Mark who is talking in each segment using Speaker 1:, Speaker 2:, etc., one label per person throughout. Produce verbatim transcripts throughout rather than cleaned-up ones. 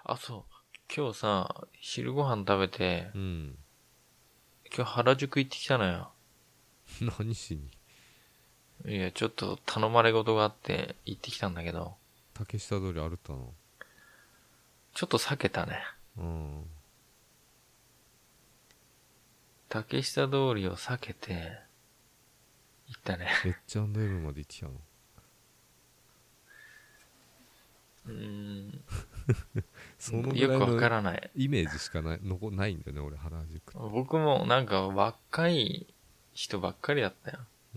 Speaker 1: あ、そう。今日さ、昼ご飯食べて、
Speaker 2: うん。
Speaker 1: 今日原宿行ってきたのよ。
Speaker 2: 何しに？
Speaker 1: いや、ちょっと頼まれ事があって行ってきたんだけど、
Speaker 2: 竹下通り歩ったの？
Speaker 1: ちょっと避けたね。
Speaker 2: うん。
Speaker 1: 竹下通りを避けて、行ったね。
Speaker 2: エッチアンドエムまで行ってきたの？
Speaker 1: うーん、
Speaker 2: そのぐ
Speaker 1: よくわ
Speaker 2: らいの
Speaker 1: からない。
Speaker 2: イメージしかない、残ないんだよね、俺、原宿って。
Speaker 1: 僕もなんか若い人ばっかりだったよ。
Speaker 2: うん。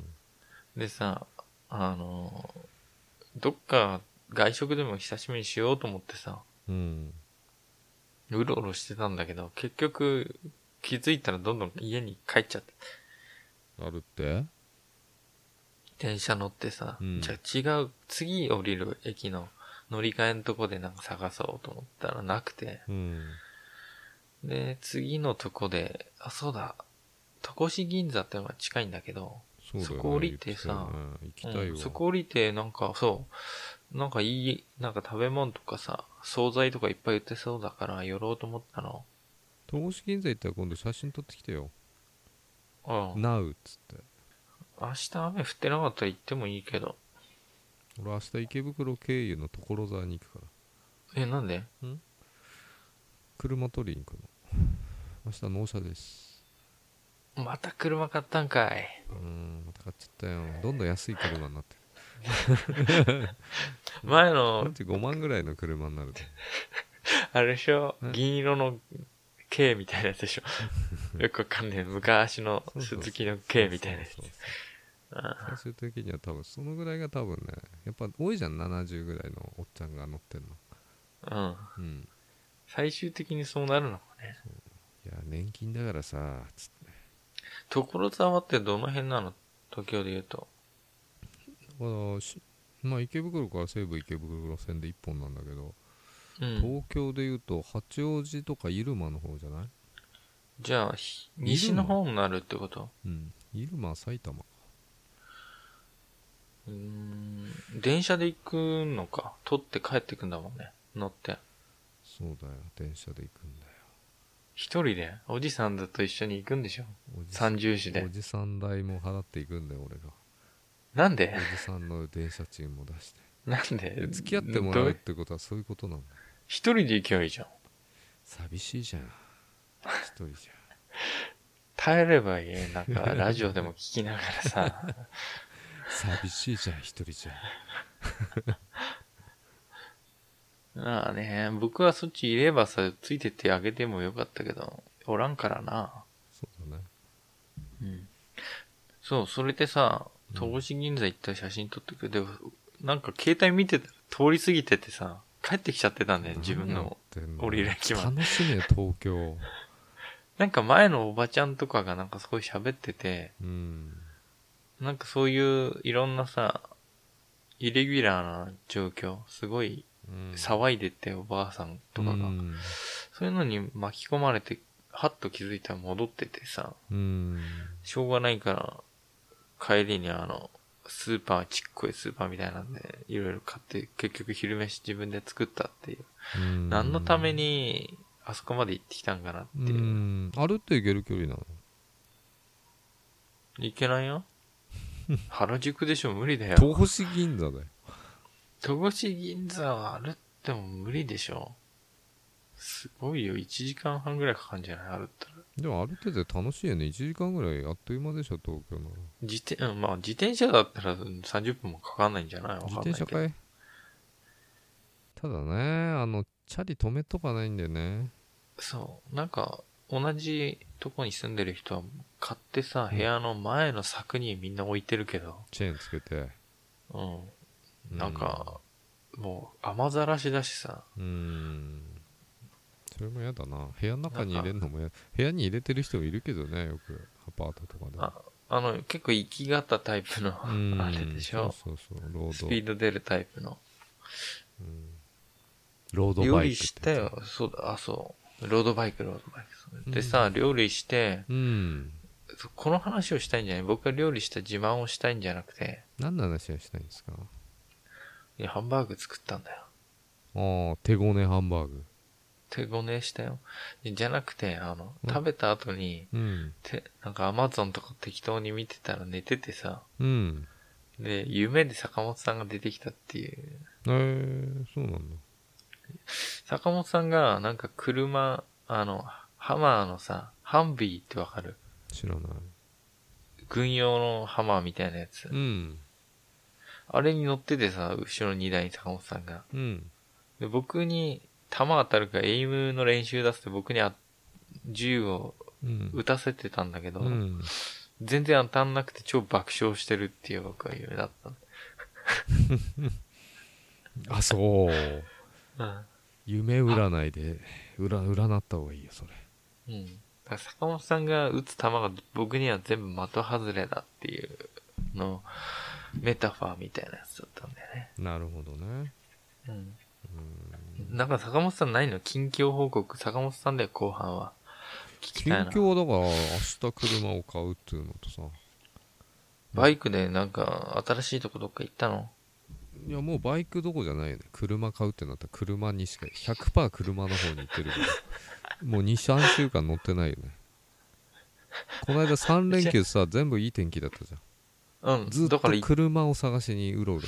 Speaker 1: でさ、あの、どっか外食でも久しぶりにしようと思ってさ、
Speaker 2: うん。
Speaker 1: うろうろしてたんだけど、結局気づいたらどんどん家に帰っちゃって。
Speaker 2: あるって？
Speaker 1: 電車乗ってさ、
Speaker 2: うん。
Speaker 1: じゃあ違う、次降りる駅の乗り換えのとこでなんか探そうと思ったらなくて、
Speaker 2: うん。
Speaker 1: で、次のとこで、あ、そうだ、戸越銀座ってのが近いんだけど、
Speaker 2: そうだよね。
Speaker 1: そこ降りてさ、
Speaker 2: 行きたいわ。
Speaker 1: うん、そこ降りてなんかそう、なんかいい、なんか食べ物とかさ、惣菜とかいっぱい売ってそうだから寄ろうと思ったの。
Speaker 2: 戸越銀座行ったら今度写真撮ってきてよ。
Speaker 1: うん。
Speaker 2: ナウっつって。
Speaker 1: 明日雨降ってなかったら行ってもいいけど。
Speaker 2: 俺明日池袋経由の所沢に行くか
Speaker 1: え、なんで？
Speaker 2: ら。ん車取りに行くの。明日納車です。
Speaker 1: また車買ったんかい。
Speaker 2: うーん、また買っちゃったよ。どんどん安い車になってる。
Speaker 1: 前の、
Speaker 2: さんじゅうごまんぐらいの車になると。
Speaker 1: あれでしょ、
Speaker 2: え
Speaker 1: 銀色の K みたいなやつでしょ。よくわかんねえ。昔の
Speaker 2: そうそうそう
Speaker 1: 鈴木の K みたいなやつ。
Speaker 2: そうそうそう
Speaker 1: あ
Speaker 2: 最終的には多分そのぐらいが多分ね、やっぱ多いじゃん、ななじゅうぐらいのおっちゃんが乗ってんの。
Speaker 1: あ、うん。
Speaker 2: うん。
Speaker 1: 最終的にそうなるのかね。
Speaker 2: いや、年金だからさ、つって。
Speaker 1: 所沢ってどの辺なの？東京で言うと。
Speaker 2: だからし、まあ池袋から西武池袋線でいっぽんなんだけど、
Speaker 1: うん。
Speaker 2: 東京で言うと八王子とか入間の方じゃない？
Speaker 1: じゃあ、ひ西の
Speaker 2: 入間？
Speaker 1: 方になるってこと？
Speaker 2: うん。入間は埼玉か。
Speaker 1: うーん。電車で行くのか。取って帰ってくんだもんね。乗って。
Speaker 2: そうだよ、電車で行くんだよ。
Speaker 1: 一人でおじさんだと一緒に行くんでしょ？
Speaker 2: おじさ
Speaker 1: 三重市で。
Speaker 2: おじさん代も払っていくんだよ、俺が。
Speaker 1: なんで？
Speaker 2: おじさんの電車賃も出して。
Speaker 1: なんで？
Speaker 2: 付き合ってもらうってことはそういうことなんだよ。
Speaker 1: 一人で行けばいいじゃん。
Speaker 2: 寂しいじゃん、一人じ
Speaker 1: 耐えればいい。なんか、ラジオでも聞きながらさ。
Speaker 2: ゃ寂しいじゃん、一人じゃ。
Speaker 1: まあね、僕はそっちいればさ、ついてってあげてもよかったけど、おらんからな。
Speaker 2: そうだね。
Speaker 1: うん。そう、それでさ、戸
Speaker 2: うん。
Speaker 1: 越銀座行った写真撮ってくれ。でも、なんか携帯見てたら通り過ぎててさ、帰ってきちゃってたんだよ、自分
Speaker 2: 何やっ
Speaker 1: の
Speaker 2: てんの？
Speaker 1: 降りる駅まで。
Speaker 2: 楽しめよ、東京。
Speaker 1: なんか前のおばちゃんとかがなんかすごい喋ってて、
Speaker 2: うん。
Speaker 1: なんかそういういろんなさ、イレギュラーな状況、すごい
Speaker 2: うん。
Speaker 1: 騒いでておばあさんとかが、
Speaker 2: うん。
Speaker 1: そういうのに巻き込まれて、はっと気づいたら戻っててさ、
Speaker 2: うん。
Speaker 1: しょうがないから、帰りにあの、スーパー、ちっこいスーパーみたいなんで、いろいろ買って、結局昼飯自分で作ったっていう。
Speaker 2: うん。
Speaker 1: 何のために、あそこまで行ってきたんかなっていう。
Speaker 2: うん。歩って行ける距離なの？
Speaker 1: 行けないよ。原宿でしょ、無理だよ。
Speaker 2: 戸越銀座だよ。
Speaker 1: 戸越銀座は歩っても無理でしょ。すごいよ、いちじかんはんぐらいかかるんじゃない？歩ったら。
Speaker 2: でも歩ってて楽しいよね。いちじかんぐらいあっという間でしょ、東京なら。
Speaker 1: 自転、うん、まあ自転車だったらさんじゅっぷんもかかんないんじゃない？わかん
Speaker 2: 自
Speaker 1: ないけど。
Speaker 2: 転車かい？ただね、あの、チャリ止めとかないんだよね。
Speaker 1: そう。なんか、同じとこに住んでる人は買ってさ、
Speaker 2: うん
Speaker 1: 部屋の前の柵にみんな置いてるけど、
Speaker 2: チェーンつけて。
Speaker 1: うん。
Speaker 2: うん
Speaker 1: なんか、もう雨ざらしだしさ、
Speaker 2: うーん。それも嫌だな。部屋の中に入れ
Speaker 1: なんか、
Speaker 2: るのもや、部屋に入れてる人もいるけどね、よく。アパートとかでも。
Speaker 1: あ、あの、結構行きがったタイプの、
Speaker 2: うー
Speaker 1: あれで
Speaker 2: ん。
Speaker 1: しょ？
Speaker 2: そうそうそう。ロー
Speaker 1: ス
Speaker 2: ド。
Speaker 1: ピード出るタイプの。
Speaker 2: うん、ロード
Speaker 1: 料理
Speaker 2: バイクってやつ。
Speaker 1: したよ。そうだ、あ、そう。ロードバイク、ロードバイク。
Speaker 2: うん
Speaker 1: でさ、料理して、
Speaker 2: うん。
Speaker 1: この話をしたいんじゃない？僕が料理した自慢をしたいんじゃなくて、
Speaker 2: 何の話をしたいんですか？
Speaker 1: いや、ハンバーグ作ったんだよ。
Speaker 2: ああ、手ごねハンバーグ。
Speaker 1: 手ごねしたよ。じゃなくて、あの、
Speaker 2: うん
Speaker 1: 食べた後に、
Speaker 2: うん。
Speaker 1: て、なんかアマゾンとか適当に見てたら寝ててさ、
Speaker 2: うん。
Speaker 1: で、夢で坂本さんが出てきたっていう。
Speaker 2: えー、そうなんだ。
Speaker 1: 坂本さんが、なんか車、あの、ハマーのさ、ハンビーってわかる？
Speaker 2: 知らない。
Speaker 1: 軍用のハマーみたいなやつ。
Speaker 2: うん。
Speaker 1: あれに乗っててさ、後ろにだいに坂本さんが。
Speaker 2: うん。
Speaker 1: で、僕に弾当たるかエイムの練習出すって僕にあ銃を
Speaker 2: うん。
Speaker 1: 撃たせてたんだけど、
Speaker 2: うん。
Speaker 1: 全然当たんなくて超爆笑してるっていう僕は夢だったの。
Speaker 2: あ、そう。
Speaker 1: うん。
Speaker 2: 夢占いで、占、占った方がいいよ、それ。
Speaker 1: うん。だから坂本さんが撃つ弾が僕には全部的外れだっていうの、メタファーみたいなやつだったんだよね。
Speaker 2: なるほどね。
Speaker 1: うん。
Speaker 2: うん。
Speaker 1: なんか坂本さんないの？近況報告。坂本さんだよ、後半は。聞き
Speaker 2: 近
Speaker 1: たいな。
Speaker 2: 況はだから、明日車を買うっていうのとさ。
Speaker 1: バイクでなんか新しいとこどっか行ったの？
Speaker 2: いや、もうバイクどこじゃないよね。車買うってなったら車にしか、ひゃくパーセント車の方に行ってるから。もうに、さんしゅうかん乗ってないよね。この間さん連休さ、全部いい天気だったじゃん。
Speaker 1: うん。
Speaker 2: ずっと
Speaker 1: だからい、
Speaker 2: 車を探しにうろうろ。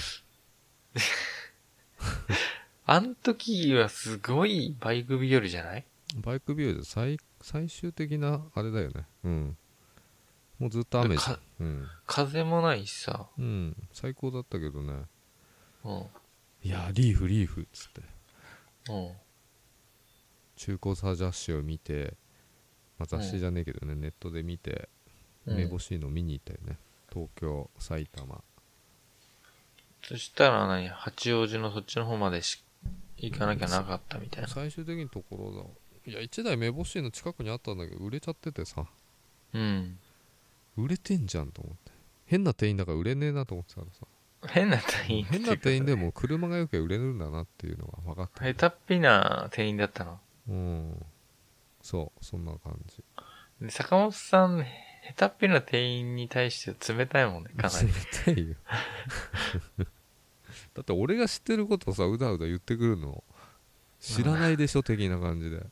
Speaker 1: あん時はすごいバイク日和じゃない？
Speaker 2: バイクビューで最最終的なあれだよね。うん。もうずっと雨じゃん。うん。
Speaker 1: 風もないしさ。
Speaker 2: うん。最高だったけどね。
Speaker 1: うん。
Speaker 2: いや、リーフ、リーフっつって。
Speaker 1: うん。
Speaker 2: 中古車雑誌を見て、まあ、雑誌じゃねえけどね、ネットで見て、
Speaker 1: うん、
Speaker 2: めぼしいの見に行ったよね。東京、埼玉。
Speaker 1: そしたら何？八王子のそっちの方までし行かなきゃなかったみたいな。
Speaker 2: 最終的にところだ。いや、いちだいめぼしいの近くにあったんだけど、売れちゃっててさ。
Speaker 1: うん。
Speaker 2: 売れてんじゃんと思って。変な店員だから売れねえなと思ってたらさ。
Speaker 1: 変な店員っていうか
Speaker 2: 変な店員でも車が良ければ売れるんだなっていうのが分かった、ね。
Speaker 1: 下手っぴな店員だったの。
Speaker 2: うん。そう、そんな感じ。
Speaker 1: で坂本さん、下手っぴな店員に対して冷たいもんね、かなり。
Speaker 2: 冷たいよ。だって俺が知ってることをさ、うだうだ言ってくるの知らないでしょ的な感じで。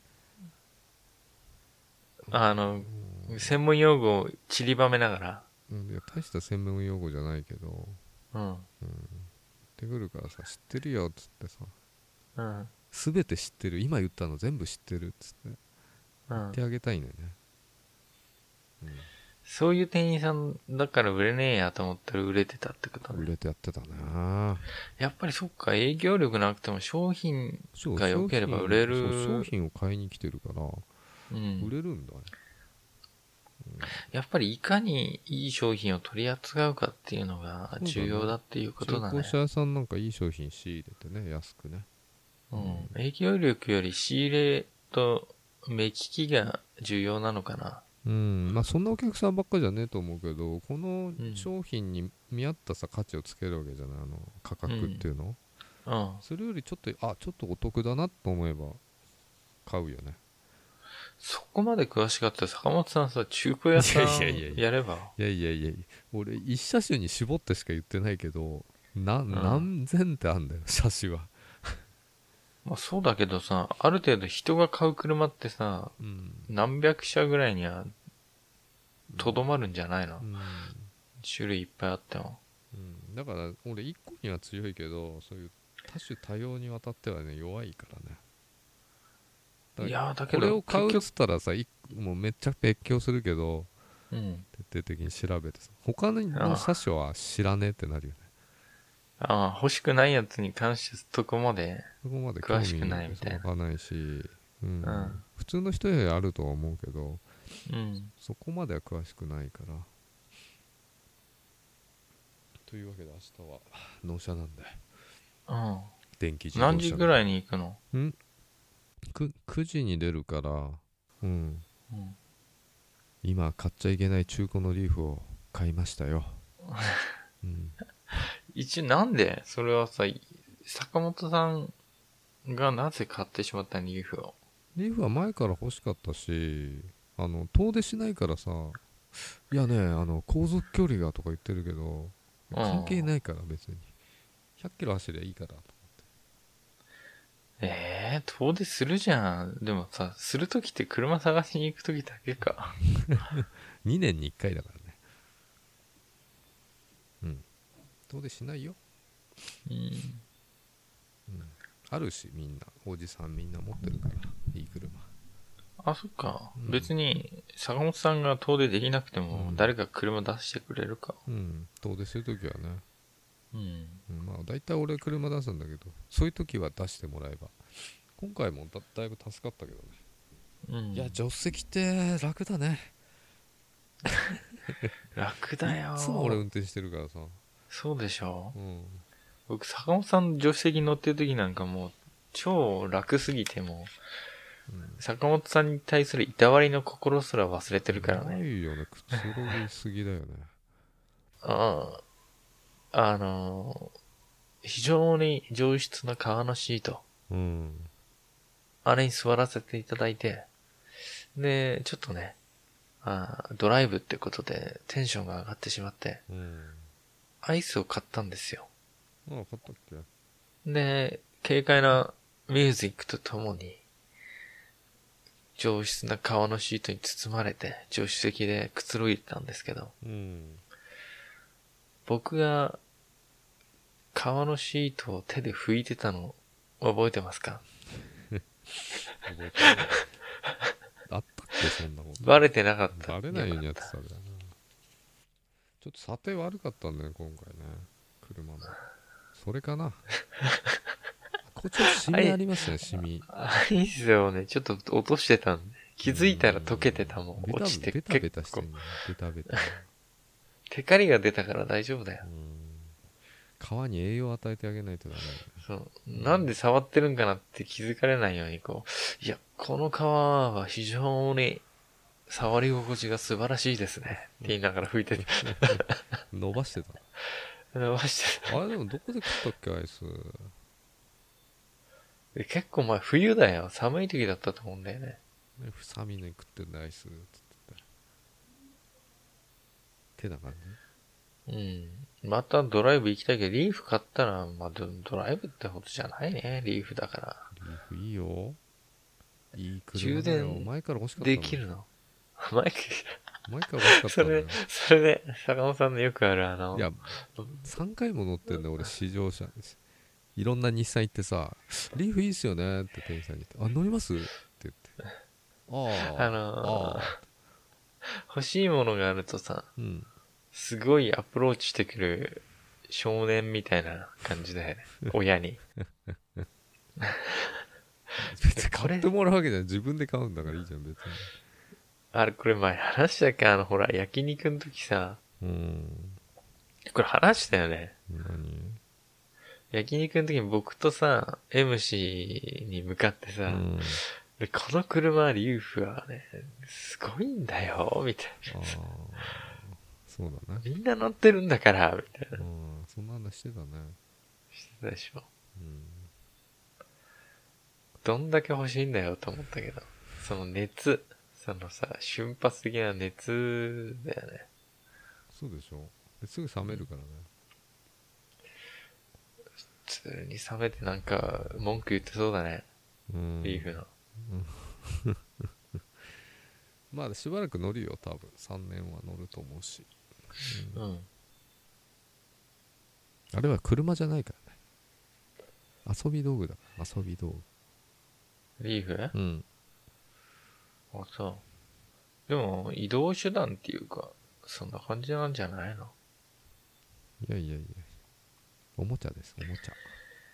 Speaker 1: あの、専門用語を散りばめながら。
Speaker 2: うん、いや大した専門用語じゃないけど、
Speaker 1: うん。
Speaker 2: うん、言ってくるからさ、知ってるよっつってさ、
Speaker 1: うん。
Speaker 2: 全て知ってる、今言ったの全部知ってるっつって
Speaker 1: う
Speaker 2: 言っ
Speaker 1: ん。
Speaker 2: てあげたいんだよね。
Speaker 1: そういう店員さんだから売れねえやと思ったら売れてたってこと
Speaker 2: うん、売
Speaker 1: ね。
Speaker 2: れてやってたな。
Speaker 1: やっぱりそっか、営業力なくても商品
Speaker 2: そう、
Speaker 1: が良ければ売れる。
Speaker 2: そう商品を買いに来てるから、
Speaker 1: うん、
Speaker 2: 売れるんだよ。
Speaker 1: やっぱりいかにいい商品を取り扱うかっていうのが重要だっていうことだね。
Speaker 2: 中古車屋さんなんかいい商品仕入れてね、安くね。
Speaker 1: うん。営業力より仕入れと目利きが重要なのかな。
Speaker 2: うん、まあそんなお客さんばっかじゃねえと思うけど、この商品に見合ったさ価値をつけるわけじゃない、あの価格っていうの、
Speaker 1: うん。
Speaker 2: それよりちょっと、あ、ちょっとお得だなと思えば買うよね。
Speaker 1: そこまで詳しかったら坂本さんさ、中古屋さん
Speaker 2: いやいやいやいや
Speaker 1: やれば。
Speaker 2: いやいやいや、俺一車種に絞ってしか言ってないけど、な、
Speaker 1: ん
Speaker 2: 何千ってあんだよ、車種は。
Speaker 1: まあそうだけどさ、ある程度人が買う車ってさ、
Speaker 2: うん。
Speaker 1: 何百車ぐらいにはとどまるんじゃないの、
Speaker 2: うん。
Speaker 1: 種類いっぱいあっても。
Speaker 2: うん、だから俺一個には強いけど、そういう多種多様にわたってはね、弱いからね。だから
Speaker 1: いやーだけど
Speaker 2: これを買うっ
Speaker 1: 結
Speaker 2: つったらさ、いもうめっちゃ別居するけど、
Speaker 1: うん。
Speaker 2: 徹底的に調べてさ、他の車種は知らねえってなるよね。
Speaker 1: ああ、欲しくないやつに関してそこまで。
Speaker 2: そこまで興
Speaker 1: 詳しくないみ
Speaker 2: 味
Speaker 1: たいな
Speaker 2: 湧かないし、うん、
Speaker 1: うん。
Speaker 2: 普通の人よりあるとは思うけど、
Speaker 1: うん。
Speaker 2: そこまでは詳しくないから。というわけで明日は納車なんで、
Speaker 1: うん。
Speaker 2: 電気自動車
Speaker 1: 何時ぐらいに行くの？
Speaker 2: ん 9, 9時に出るから、うん、
Speaker 1: うん。
Speaker 2: 今買っちゃいけない中古のリーフを買いましたよ。うん、
Speaker 1: 一応なんでそれはさ、坂本さんがなぜ買ってしまったリーフを？
Speaker 2: リーフは前から欲しかったし、あの遠出しないからさ、いやね、あの航続距離がとか言ってるけど、関係ないから別にひゃっキロ走りゃいいからと。
Speaker 1: えー、遠出するじゃん。でもさ、するときって車探しに行くときだけか。
Speaker 2: にねんにいっかいだからね。うん。遠出しないよ。
Speaker 1: うん。
Speaker 2: うん。あるし、みんな。おじさんみんな持ってるから。いい車。
Speaker 1: あ、そっか。
Speaker 2: うん
Speaker 1: 別に、坂本さんが遠出できなくても、
Speaker 2: うん
Speaker 1: 誰か車出してくれるか。
Speaker 2: うん。遠出するときはね。
Speaker 1: うん。
Speaker 2: うん、まあ大体俺車出すんだけど、そういう時は出してもらえば。今回も だ, だいぶ助かったけどね。
Speaker 1: うん。
Speaker 2: いや助手席って楽だね。
Speaker 1: 楽だよ
Speaker 2: いつも俺運転してるからさ。
Speaker 1: そうでしょ。
Speaker 2: うん。
Speaker 1: 僕、坂本さんの助手席に乗ってる時なんかもう、超楽すぎてもう、
Speaker 2: うん、
Speaker 1: 坂本さんに対するいたわりの心すら忘れてるから
Speaker 2: な
Speaker 1: ね。
Speaker 2: いよね。くつろぎすぎだよね。
Speaker 1: ああ、あのー非常に上質な革のシート。
Speaker 2: うん。
Speaker 1: あれに座らせていただいて、で、ちょっとね、あドライブってことでテンションが上がってしまって、
Speaker 2: うん。
Speaker 1: アイスを買ったんですよ。
Speaker 2: ああ、買ったっけ？
Speaker 1: で、軽快なミュージックとともに、上質な革のシートに包まれて、助手席でくつろいでたんですけど、
Speaker 2: うん。僕
Speaker 1: 僕が革のシートを手で拭いてたの覚えてますか？
Speaker 2: 覚えてない。あったっけそんなこと。
Speaker 1: バレてなかった。
Speaker 2: バレないようにやって
Speaker 1: よか
Speaker 2: たんだよな。ちょっと査定悪かったんだよね、今回ね。車の。それかな。こっちょっとシミありますね、シミ。
Speaker 1: アイスをね、ちょっと落としてたんで、気づいたら溶けてたもん。
Speaker 2: ベタ
Speaker 1: 落ちて
Speaker 2: ベタベタ
Speaker 1: 結構
Speaker 2: してんの。ベタベタ。
Speaker 1: テカリが出たから大丈夫だよ
Speaker 2: う。ん。皮に栄養を与えてあげないとダメだね。
Speaker 1: そう。なんで触ってるんかなって気づかれないように、こう、いや、この皮は非常に触り心地が素晴らしいですね。って言いながら拭いてて、
Speaker 2: 伸ばしてた。
Speaker 1: 伸ばしてた。
Speaker 2: あれでもどこで食ったっけ、アイス。
Speaker 1: で結構前冬だよ。寒い時だったと思うんだよね。
Speaker 2: ね、寒いのに食ってんだアイス。つってた。手な感じ。
Speaker 1: うん。またドライブ行きたいけど、リーフ買ったら、まあド、ドライブってほどじゃないね。リーフだから。
Speaker 2: リーフいいよ。いい車
Speaker 1: 充
Speaker 2: だよ。
Speaker 1: 電
Speaker 2: 前から欲しかったの。
Speaker 1: できるの。マイク、
Speaker 2: 前から欲しかった
Speaker 1: それ
Speaker 2: のよ。、
Speaker 1: それで、坂本さんのよくあるあの、
Speaker 2: いや、さんかいも乗ってんだよ、俺、試乗車です。いろんな日産行ってさ、リーフいいっすよねって店員さんに言って、あ、乗りますって言って。ああ、
Speaker 1: あのー
Speaker 2: ああ、
Speaker 1: 欲しいものがあるとさ、
Speaker 2: うん。
Speaker 1: すごいアプローチしてくる少年みたいな感じだよね。親に。
Speaker 2: 別に買ってもらうわけじゃない。自分で買うんだからいいじゃん、別に。
Speaker 1: あれ、これ前話したっけ？あの、ほら、焼肉の時さ、
Speaker 2: うーん。
Speaker 1: これ話したよね。
Speaker 2: 何？
Speaker 1: 焼肉の時に僕とさ、M 氏に向かってさ、
Speaker 2: うん。
Speaker 1: でこの車、リューフはね、すごいんだよ、みたい
Speaker 2: ああ、そうだね。
Speaker 1: な。みんな乗ってるんだから、みたいな。
Speaker 2: うん、そんな話してたね。
Speaker 1: してたでしょ。
Speaker 2: うん。
Speaker 1: どんだけ欲しいんだよと思ったけど、その熱、そのさ、瞬発的な熱だよね。
Speaker 2: そうでしょ。ですぐ冷めるからね。
Speaker 1: 普通に冷めてなんか、文句言ってそうだね。
Speaker 2: うん。
Speaker 1: リーフの。
Speaker 2: まあしばらく乗るよ、多分。さんねんは乗ると思うし。うん、
Speaker 1: うん。
Speaker 2: あれは車じゃないからね。遊び道具だから、遊び道具。
Speaker 1: リーフ
Speaker 2: うん。
Speaker 1: あ、そう。でも、移動手段っていうか、そんな感じなんじゃないの？
Speaker 2: いやいやいや。おもちゃです、おもちゃ。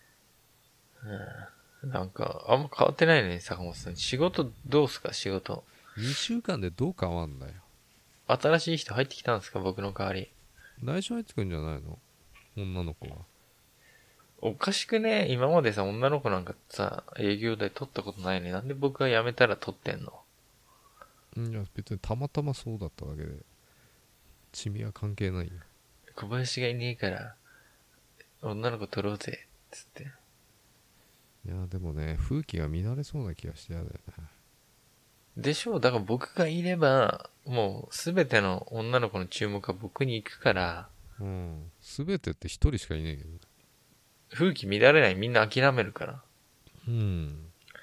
Speaker 1: うん。なんか、あんま変わってないね、坂本さん。仕事どうすか、仕事。
Speaker 2: にしゅうかんでどう変わんだよ。
Speaker 1: 新しい人入ってきたんですか、僕の代わり。
Speaker 2: 内緒入ってくんじゃないの？女の子は。
Speaker 1: おかしくね？今までさ、女の子なんかさ、営業で取ったことないのに、なんで僕が辞めたら取ってんの？
Speaker 2: いや、別にたまたまそうだっただけで、チミは関係ないよ。
Speaker 1: 小林がいねえから、女の子取ろうぜ、つって。
Speaker 2: いや、でもね、風紀が乱れそうな気がしてやだよね。
Speaker 1: でしょう。だから僕がいれば、もうすべての女の子の注目が僕に行くから、
Speaker 2: うん。すべてって一人しかいないけど。
Speaker 1: 風紀乱れないみんな諦めるから。
Speaker 2: うん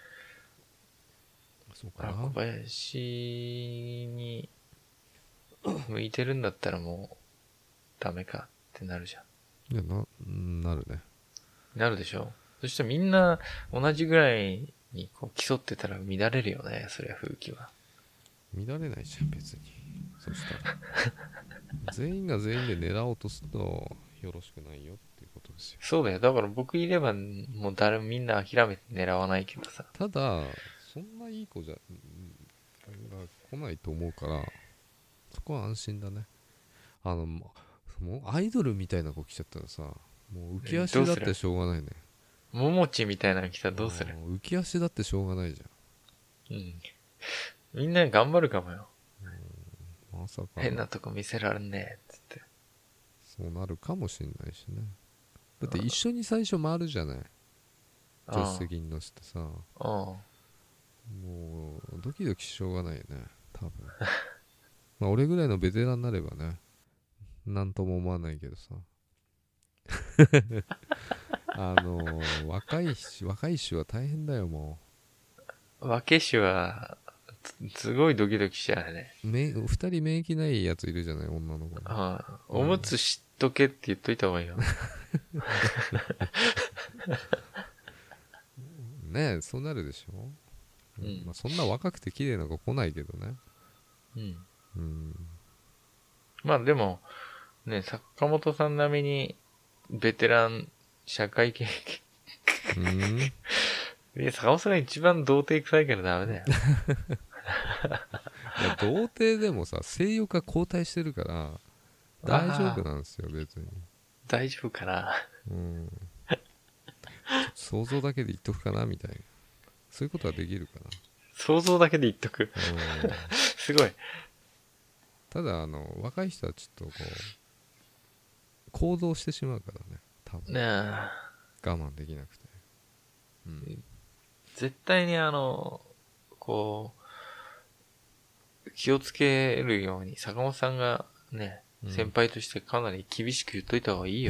Speaker 2: そうか
Speaker 1: あ、
Speaker 2: な。
Speaker 1: 小林に向いてるんだったらもうダメかってなるじゃ
Speaker 2: いやななるね。
Speaker 1: ん。なるでしょ。そしてみんな同じぐらいにこう競ってたら乱れるよね、そりゃ風紀は。
Speaker 2: 乱れないじゃん別に。そしたら全員が全員で狙おうとするとよろしくないよっていうことですよ。
Speaker 1: そうだよ。だから僕いればもう誰もみんな諦めて狙わないけどさ。
Speaker 2: ただそんないい子じゃが来ないと思うからそこは安心だね。あのもうアイドルみたいな子来ちゃったらさもう浮き足だってしょうがないね。
Speaker 1: ももちみたいなの来たらどうする？
Speaker 2: 浮き足だってしょうがないじ
Speaker 1: うん。みんな頑張るかもよ。
Speaker 2: ゃん。まさか
Speaker 1: 変なとこ見せられんねえっつって。
Speaker 2: そうなるかもしんないしね。だって一緒に最初回るじゃない。助手席に乗せてさ、もうドキドキしょうがないよね多分まあ俺ぐらいのベテランになればねなんとも思わないけどさあのー、若いし若いしは大変だよも
Speaker 1: う。分け種は、すごいドキドキしちゃうね。
Speaker 2: め二人免疫ないやついるじゃない女の子に。
Speaker 1: ああ、おむつ知っとけって言っといた方がいいよ。
Speaker 2: ねえそうなるでしょ、うん、まあ、そんな若くて綺麗な子来ないけどね。
Speaker 1: うん。
Speaker 2: うん。
Speaker 1: まあでも、ね、坂本さん並みに、ベテラン、社会経験。
Speaker 2: うん
Speaker 1: いや、坂本さんが一番童貞臭いからダメだよ。
Speaker 2: いや童貞でもさ性欲が後退してるから大丈夫なんですよ別に。
Speaker 1: 大丈夫かな。
Speaker 2: うんちょっと想像だけで言っとくかなみたいなそういうことはできるか
Speaker 1: 想像だけで言っとく。
Speaker 2: な。うん
Speaker 1: すごい。
Speaker 2: ただあの若い人はちょっとこう行動してしまうからね多分
Speaker 1: ねえ。
Speaker 2: 我慢できなくて、うん、
Speaker 1: 絶対にあの、こう、気をつけるように、坂本さんがね、
Speaker 2: うん
Speaker 1: 先輩としてかなり厳しく言っといた方がいいよ。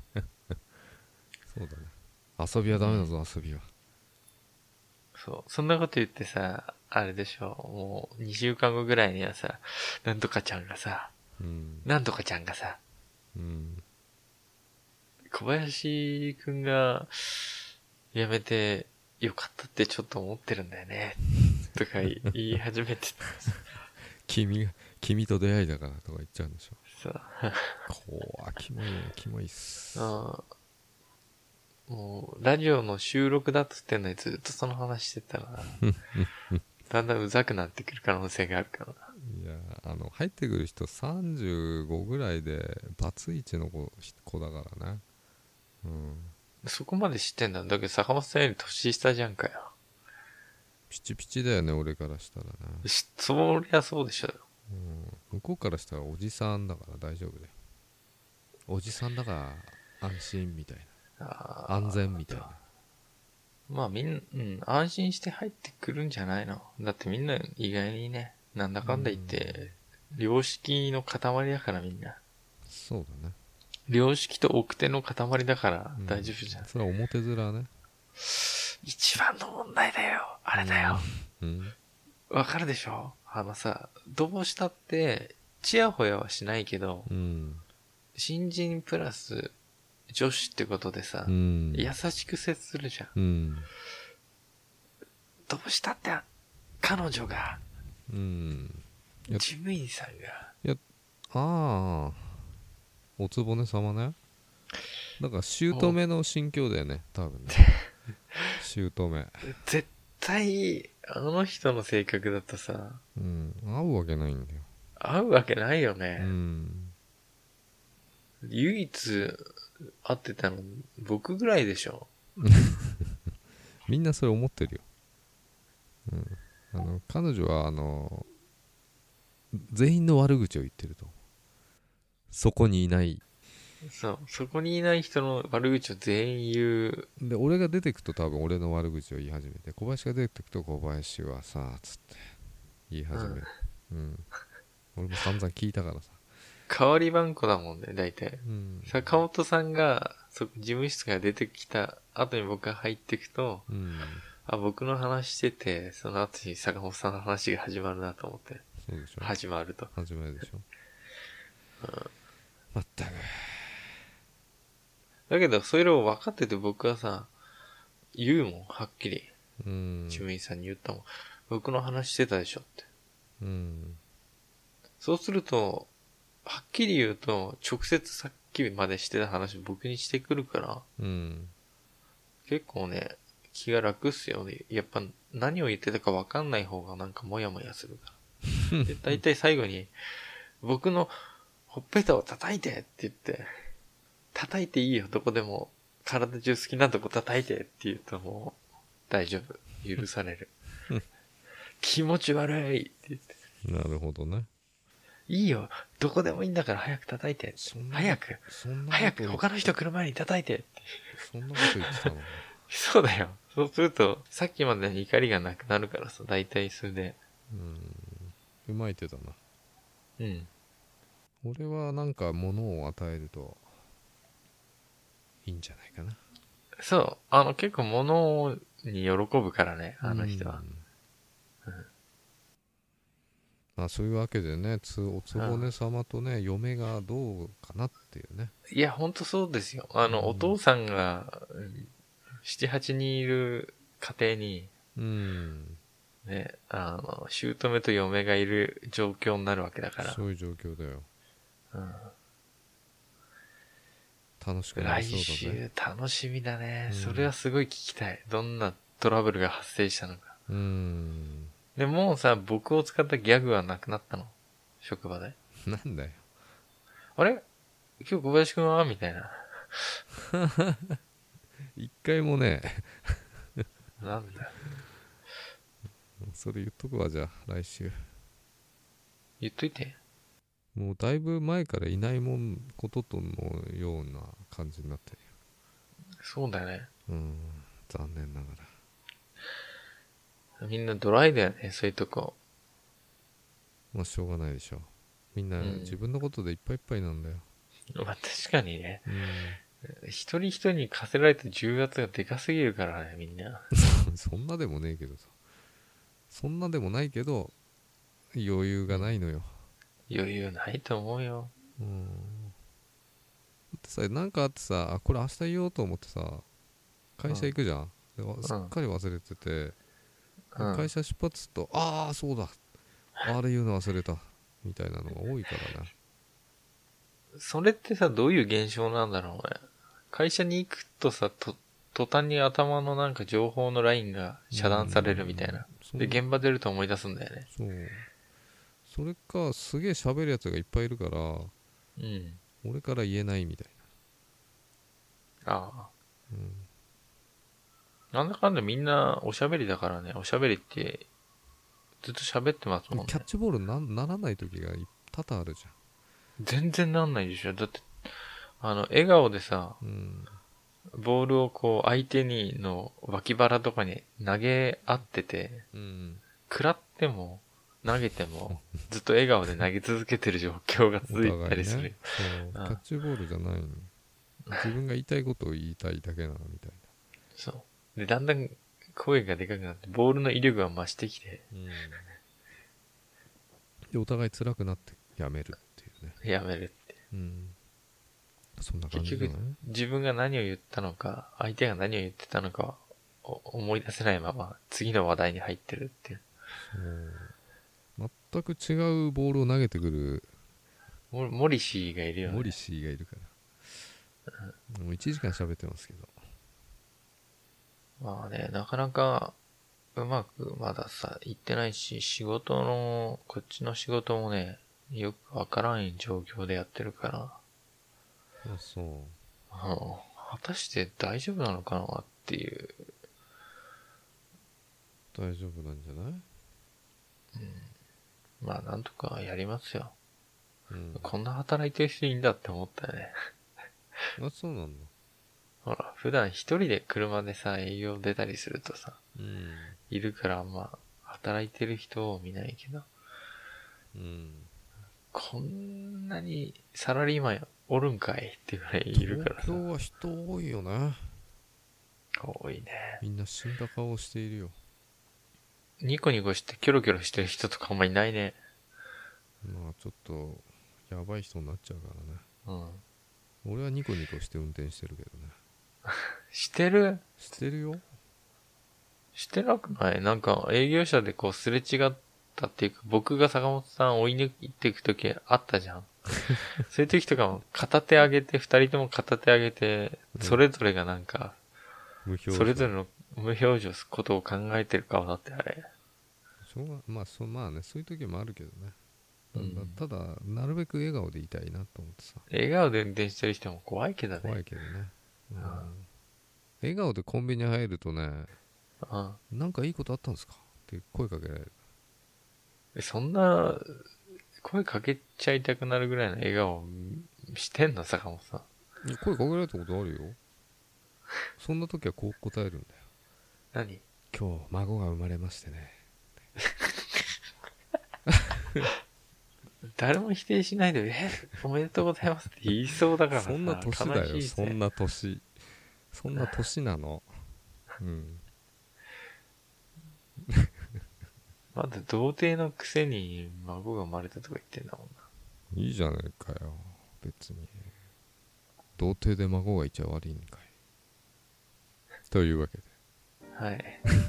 Speaker 2: そうだね。遊びはダメだぞ、遊びは。
Speaker 1: そう。そんなこと言ってさ、あれでしょ、もうにしゅうかんごぐらいにはさ、なんとかちゃんがさ、
Speaker 2: うん。
Speaker 1: なんとかちゃんがさ、
Speaker 2: うん。
Speaker 1: 小林くんが辞めてよかったってちょっと思ってるんだよね。とか言い始めてた。
Speaker 2: 君が、君と出会いだからとか言っちゃうんでしょ。
Speaker 1: そう。
Speaker 2: 怖い、キモいね、キモいっす。
Speaker 1: あもう、ラジオの収録だっつってんのにずっとその話してたら、だんだんうざくなってくる可能性があるからな。
Speaker 2: いや、あの、入ってくる人さんじゅうごぐらいで、バツイチの子、子だからね。うん。
Speaker 1: そこまで知ってんだ。だけど坂本さんより年下じゃんかよ。
Speaker 2: ピチピチだよね、俺からしたらね。
Speaker 1: しそりゃそうでしょ。
Speaker 2: うん。向こうからしたらおじさんだから大丈夫だよ。おじさんだから安心みたいな。
Speaker 1: あ
Speaker 2: 安全みたいな。
Speaker 1: まあみんな、うん、安心して入ってくるんじゃないの。だってみんな意外にね、なんだかんだ言って、良識の塊だからみんな。
Speaker 2: そうだね。
Speaker 1: 良識と奥手の塊だから大丈夫じゃん。
Speaker 2: うん、それは表面ね。
Speaker 1: 一番の問題だよ。あれだよ。
Speaker 2: うん。
Speaker 1: わかるでしょ？あのさ、どうしたって、チヤホヤはしないけど、
Speaker 2: うん。
Speaker 1: 新人プラス女子ってことでさ、
Speaker 2: うん、
Speaker 1: 優しく接するじゃん。
Speaker 2: うん。
Speaker 1: どうしたって彼女が、
Speaker 2: うん。
Speaker 1: 事務員さんが、
Speaker 2: いや、ああ、おつぼね様ね。だから姑の心境だよね、多分ね。姑。
Speaker 1: 絶対、あの人の性格だとさ、
Speaker 2: うん。合うわけないんだよ。
Speaker 1: 合うわけないよね。
Speaker 2: うん。
Speaker 1: 唯一会ってたの僕ぐらいでしょ。
Speaker 2: みんなそれ思ってるよ。うん。あの、彼女は、あの、全員の悪口を言ってると。そこにいない。
Speaker 1: そう。そこにいない人の悪口を全員言う。
Speaker 2: で、俺が出てくと多分俺の悪口を言い始めて、小林が出てくと小林はさ、つって言い始める。うん。うん、俺も散々聞いたからさ。
Speaker 1: 代わり番号だもんね、大体。
Speaker 2: うん。
Speaker 1: 坂本さんがそ、事務室から出てきた後に僕が入っていくと、
Speaker 2: うん
Speaker 1: あ、僕の話してて、その後に坂本さんの話が始まるなと思って。
Speaker 2: そうでしょ。
Speaker 1: 始まると。
Speaker 2: 始まるでしょ。
Speaker 1: うん、
Speaker 2: まったく。
Speaker 1: だけど、それを分かってて僕はさ、言うもん、はっきり。
Speaker 2: うん。
Speaker 1: 事務員さんに言ったもん。僕の話してたでしょって。
Speaker 2: うん。
Speaker 1: そうすると、はっきり言うと、直接さっきまでしてた話僕にしてくるから、
Speaker 2: うん。
Speaker 1: 結構ね、気が楽っすよね。やっぱ何を言ってたか分かんない方がなんかモヤモヤするから。で、大体最後に、僕のほっぺたを叩いてって言って、叩いていいよ、どこでも。体中好きなとこ叩いてって言うともう、大丈夫。許される。気持ち悪いって言って。
Speaker 2: なるほどね。
Speaker 1: いいよ、どこでもいいんだから早く叩いて。早く。
Speaker 2: そんな
Speaker 1: 早く他の人来る前に叩いてって。
Speaker 2: そんなこと言ってたの？
Speaker 1: そうだよ。そうすると、さっきまでの怒りがなくなるからさ、大体それで。
Speaker 2: うん。うまい手だな。
Speaker 1: うん。
Speaker 2: 俺はなんか物を与えるといいんじゃないかな。
Speaker 1: そう。あの、結構物に喜ぶからね、あの人は。
Speaker 2: うん、まあそういうわけでね、つおつぼね様とね、嫁がどうかなっていうね。
Speaker 1: いや、ほんとそうですよ。あの、
Speaker 2: うん、
Speaker 1: お父さんが、七八人いる家庭に、
Speaker 2: うん。
Speaker 1: ね、あの、姑と嫁がいる状況になるわけだから。
Speaker 2: そういう状況だよ。
Speaker 1: うん、
Speaker 2: 楽しくなりそうだ
Speaker 1: 来
Speaker 2: ね。
Speaker 1: 週楽しみだね、
Speaker 2: うん。
Speaker 1: それはすごい聞きたい。どんなトラブルが発生したのか。
Speaker 2: うん。
Speaker 1: で、もうさ、僕を使ったギャグはなくなったの。職場で。
Speaker 2: なんだよ。
Speaker 1: あれ今日小林くんはみたいな。
Speaker 2: 一回もね。
Speaker 1: なんだよ。
Speaker 2: それ言っとくわ、じゃあ、来週。
Speaker 1: 言っといて。
Speaker 2: もうだいぶ前からいないもん、こととのような感じになってるよ。
Speaker 1: そうだよね。
Speaker 2: うん。残念ながら。
Speaker 1: みんなドライだよね、そういうとこ。
Speaker 2: まあしょうがないでしょ。みんな自分のことでいっぱいいっぱいなんだよ。
Speaker 1: まあ確かにね。
Speaker 2: うん。
Speaker 1: 一人一人に課せられた重圧がでかすぎるからね、みんな。
Speaker 2: そんなでもねえけどさ。そんなでもないけど、余裕がないのよ。
Speaker 1: 余裕ないと思うよ。
Speaker 2: うん。だってさ、なんかあってさ、あ、これ明日言おうと思ってさ、会社行くじゃん。で、
Speaker 1: ん
Speaker 2: すっかり忘れてて、
Speaker 1: うん、
Speaker 2: 会社出発すると、ああ、そうだ。あれ言うの忘れた。みたいなのが多いからね。
Speaker 1: それってさ、どういう現象なんだろうね。会社に行くとさ、と、途端に頭のなんか情報のラインが遮断されるみたいな。で、現場出ると思い出すんだよね。
Speaker 2: そう。それか、すげえ喋るやつがいっぱいいるから、
Speaker 1: うん。
Speaker 2: 俺から言えないみたい
Speaker 1: ああ。
Speaker 2: な。うん。
Speaker 1: なんだかんだみんなおしゃべりだからね。おしゃべりってずっと喋ってますもんね。
Speaker 2: キャッチボールなならない時が多々あるじ
Speaker 1: 全然なんないでしょ。だって、あの、笑顔でさ、
Speaker 2: ゃん。うん。
Speaker 1: ボールをこう相手にの脇腹とかに投げ合ってて、
Speaker 2: うん。
Speaker 1: 食らっても投げてもずっと笑顔で投げ続けてる状況が続いたりする。
Speaker 2: ね、そう、
Speaker 1: うん、
Speaker 2: キャッチボールじゃないの。自分が言いたいことを言いたいだけなのみたいな。
Speaker 1: そう。で、だんだん声がでかくなって、ボールの威力が増してきて。
Speaker 2: うん。で、お互い辛くなってやめるっていうね。
Speaker 1: やめるって。
Speaker 2: うん。そんな感じじゃない？
Speaker 1: 結局、自分が何を言ったのか、相手が何を言ってたのか思い出せないまま、次の話題に入ってるっていう。
Speaker 2: そう。全く違うボールを投げてくる
Speaker 1: モリシーがいるよね。
Speaker 2: モリシーがいるから。もういちじかん喋ってますけど。
Speaker 1: まあね、なかなかうまくまださ、いってないし、仕事の、こっちの仕事もね、よくわからん状況でやってるから。
Speaker 2: あ、そう。
Speaker 1: うん、果たして大丈夫なのかなっていう。
Speaker 2: 大丈夫なんじゃない？
Speaker 1: うん。まあなんとかやりますよ。
Speaker 2: うん。
Speaker 1: こんな働いてる人いいんだって思ったよね。
Speaker 2: あ、そうなんだ。
Speaker 1: ほら、普段一人で車でさ、営業出たりするとさ、
Speaker 2: うん。
Speaker 1: いるから、まあ、働いてる人を見ないけど、
Speaker 2: うん。
Speaker 1: こんなにサラリーマンおるんかいっていうぐらいいるからさ。
Speaker 2: 東京は人多いよね。
Speaker 1: 多いね。
Speaker 2: みんな死んだ顔をしているよ。
Speaker 1: ニコニコしてキョロキョロしてる人とかあんまいないね。
Speaker 2: まあちょっとやばい人になっちゃうからね。
Speaker 1: うん。
Speaker 2: 俺はニコニコして運転してるけどね。
Speaker 1: してる
Speaker 2: してるよ。
Speaker 1: してなくない？なんか営業車でこうすれ違ったっていうか、僕が坂本さん追い抜いていくときあったじゃん。そういう時とかも片手上げて、二人とも片手上げて、それぞれがなんか、
Speaker 2: 無表情。
Speaker 1: それぞれの無表情すことを考えてる顔だってあれ。
Speaker 2: しょうがまあそまあね、そういう時もあるけどね。
Speaker 1: うん、
Speaker 2: ただなるべく笑顔でいたいなと思ってさ。
Speaker 1: 笑顔で運転してる人も怖いけどね。
Speaker 2: 怖いけどね、うん、
Speaker 1: うん、
Speaker 2: 笑顔でコンビニ入るとね、
Speaker 1: うん、
Speaker 2: なんかいいことあったんですかって声かけられる。
Speaker 1: そんな、声かけちゃいたくなるぐらいの笑顔してんの坂本さん。
Speaker 2: 声かけられたことあるよ。そんな時はこう答えるんだよ。
Speaker 1: 何？
Speaker 2: 今日孫が生まれましてね。
Speaker 1: 誰も否定しないで、え、おめでとうございますって言いそうだからさ。
Speaker 2: そんな年だよ、そん
Speaker 1: な。
Speaker 2: な年。そんな年なの。うん。
Speaker 1: まだ童貞のくせに孫が生まれたとか言ってんだもんな。
Speaker 2: いいじゃねえかよ、別に。童貞で孫がいちゃ悪いんかい。というわけで。
Speaker 1: はい。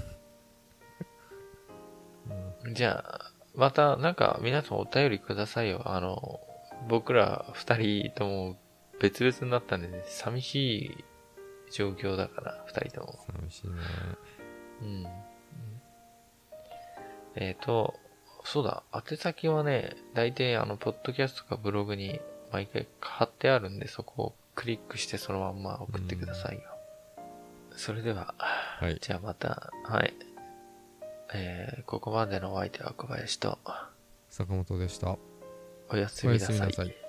Speaker 1: うん、じゃあ、また、なんか、皆さんお便りくださいよ。あの、僕ら二人とも別々になったんで、ね、寂しい状況だから、二人とも。
Speaker 2: 寂しいね。
Speaker 1: うん。えっ、ー、と、そうだ、宛先はね、大体あの、ポッドキャストかブログに毎回貼ってあるんで、そこをクリックしてそのまんま送ってくださいよ。それでは、
Speaker 2: はい、
Speaker 1: じゃあまた、はい。えー、ここまでのお相手は小林と
Speaker 2: 坂本でした。
Speaker 1: おやすみなさい。
Speaker 2: おやすみなさい。